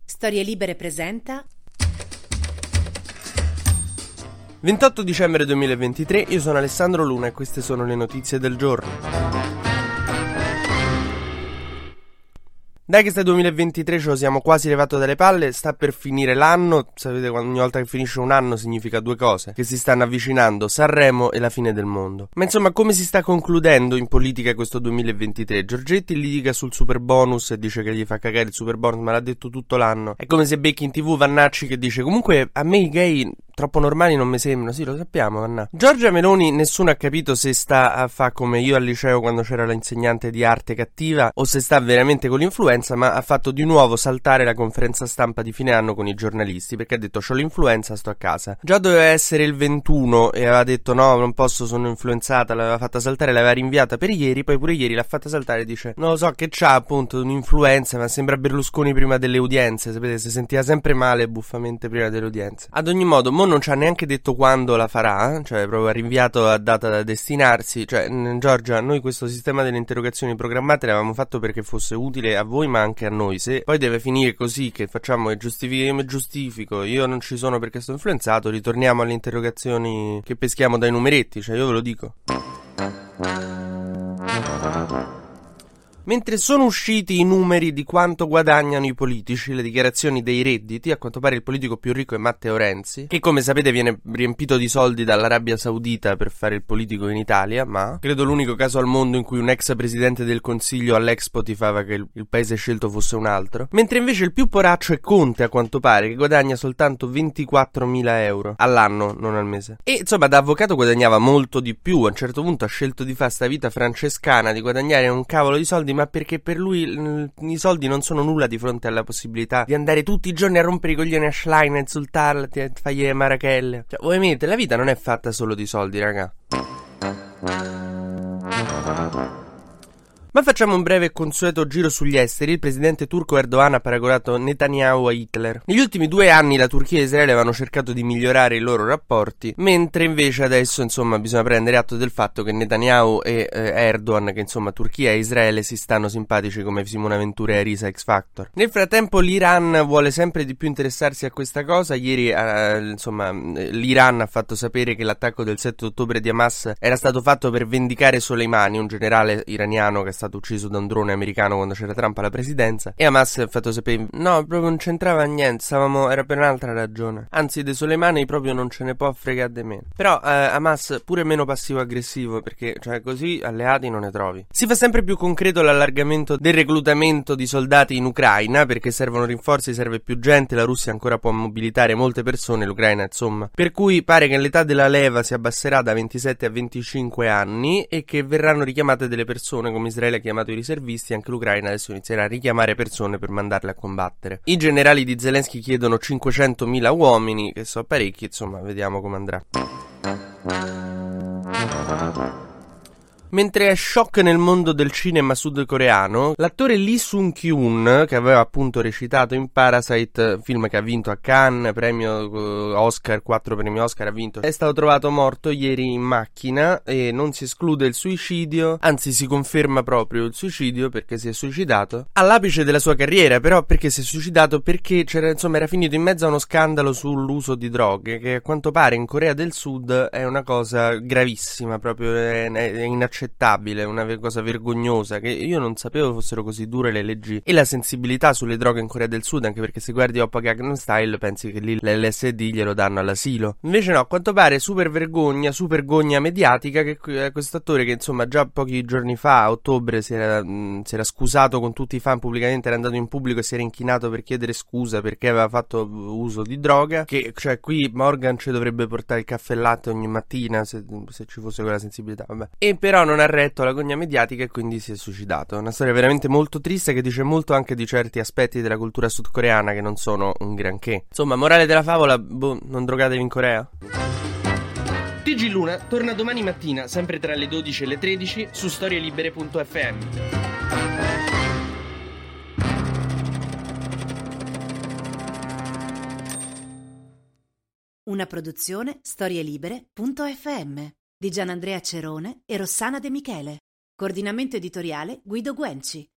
Storie Libere presenta 28 dicembre 2023, io sono Alessandro Luna e queste sono le notizie del giorno. Dai che sta 2023 ce lo siamo quasi levato dalle palle, sta per finire l'anno, sapete ogni volta che finisce un anno significa due cose, che si stanno avvicinando, Sanremo e la fine del mondo. Ma insomma, come si sta concludendo in politica questo 2023? Giorgetti litiga sul super bonus e dice che gli fa cagare il super bonus, ma l'ha detto tutto l'anno. È come se becchi in TV Vannacci che dice comunque a me i gay troppo normali non mi sembrano, sì lo sappiamo Vanna. Giorgia Meloni nessuno ha capito se sta a fa come io al liceo quando c'era l'insegnante di arte cattiva o se sta veramente con l'influenza, ma ha fatto di nuovo saltare la conferenza stampa di fine anno con i giornalisti perché ha detto c'ho l'influenza, sto a casa. Già doveva essere il 21 e aveva detto no non posso, sono influenzata, l'aveva fatta saltare, l'aveva rinviata per ieri, poi pure ieri l'ha fatta saltare e dice non lo so che c'ha appunto un'influenza, ma sembra Berlusconi prima delle udienze, sapete, si sentiva sempre male buffamente prima delle udienze. Ad ogni modo non ci ha neanche detto quando la farà, cioè proprio ha rinviato a data da destinarsi, cioè Giorgia, noi questo sistema delle interrogazioni programmate l'avevamo fatto perché fosse utile a voi ma anche a noi, se poi deve finire così che facciamo e giustifico, io non ci sono perché sto influenzato, ritorniamo alle interrogazioni che peschiamo dai numeretti, cioè io ve lo dico. Mentre sono usciti i numeri di quanto guadagnano i politici, le dichiarazioni dei redditi, a quanto pare il politico più ricco è Matteo Renzi, che come sapete viene riempito di soldi dall'Arabia Saudita per fare il politico in Italia, ma credo l'unico caso al mondo in cui un ex presidente del Consiglio all'Expo tifava che il paese scelto fosse un altro. Mentre invece il più poraccio è Conte, a quanto pare, che guadagna soltanto 24.000 euro all'anno, non al mese. E insomma da avvocato guadagnava molto di più, a un certo punto ha scelto di fare sta vita francescana, di guadagnare un cavolo di soldi, ma perché per lui i soldi non sono nulla di fronte alla possibilità di andare tutti i giorni a rompere i coglioni a Schlein, a insultarla, a fargli le marachelle. Cioè, ovviamente la vita non è fatta solo di soldi, raga. Ma facciamo un breve e consueto giro sugli esteri. Il presidente turco Erdogan ha paragonato Netanyahu a Hitler. Negli ultimi 2 anni la Turchia e Israele avevano cercato di migliorare i loro rapporti, mentre invece adesso insomma bisogna prendere atto del fatto che Netanyahu e Erdogan, che insomma Turchia e Israele si stanno simpatici come Simona Ventura e Arisa X Factor. Nel frattempo l'Iran vuole sempre di più interessarsi a questa cosa. Ieri l'Iran ha fatto sapere che l'attacco del 7 ottobre di Hamas era stato fatto per vendicare Soleimani, un generale iraniano che è stato ucciso da un drone americano quando c'era Trump alla presidenza, e Hamas ha fatto sapere no, proprio non c'entrava niente, era per un'altra ragione, anzi dei Soleimani proprio non ce ne può fregare di meno. Però Hamas pure meno passivo aggressivo, perché cioè così alleati non ne trovi. Si fa sempre più concreto l'allargamento del reclutamento di soldati in Ucraina perché servono rinforzi, serve più gente, la Russia ancora può mobilitare molte persone, l'Ucraina insomma, per cui pare che l'età della leva si abbasserà da 27 a 25 anni e che verranno richiamate delle persone, come Israele ha chiamato i riservisti, anche l'Ucraina adesso inizierà a richiamare persone per mandarle a combattere. I generali di Zelensky chiedono 500.000 uomini, che so parecchi, insomma vediamo come andrà. Mentre è shock nel mondo del cinema sudcoreano, l'attore Lee Sung-kyun, che aveva appunto recitato in Parasite, film che ha vinto a Cannes, premio Oscar, 4 premi Oscar ha vinto, è stato trovato morto ieri in macchina e non si esclude il suicidio, anzi si conferma proprio il suicidio perché si è suicidato all'apice della sua carriera. Però perché si è suicidato? Perché era finito in mezzo a uno scandalo sull'uso di droghe, che a quanto pare in Corea del Sud è una cosa gravissima, proprio è inaccettabile, una cosa vergognosa, che io non sapevo fossero così dure le leggi e la sensibilità sulle droghe in Corea del Sud, anche perché se guardi Oppa Gangnam Style pensi che lì l'LSD glielo danno all'asilo. Invece no, a quanto pare super vergogna mediatica, che questo attore che insomma già pochi giorni fa, a ottobre, si era scusato con tutti i fan pubblicamente, era andato in pubblico e si era inchinato per chiedere scusa perché aveva fatto uso di droga, che cioè qui Morgan ci dovrebbe portare il caffè e latte ogni mattina se ci fosse quella sensibilità, vabbè. E però non ha retto alla gogna mediatica e quindi si è suicidato. Una storia veramente molto triste che dice molto anche di certi aspetti della cultura sudcoreana che non sono un granché. Insomma, morale della favola, non drogatevi in Corea. TG Luna torna domani mattina, sempre tra le 12 e le 13, su storielibere.fm. Una produzione storielibere.fm di Gianandrea Cerone e Rossana De Michele. Coordinamento editoriale Guido Guenci.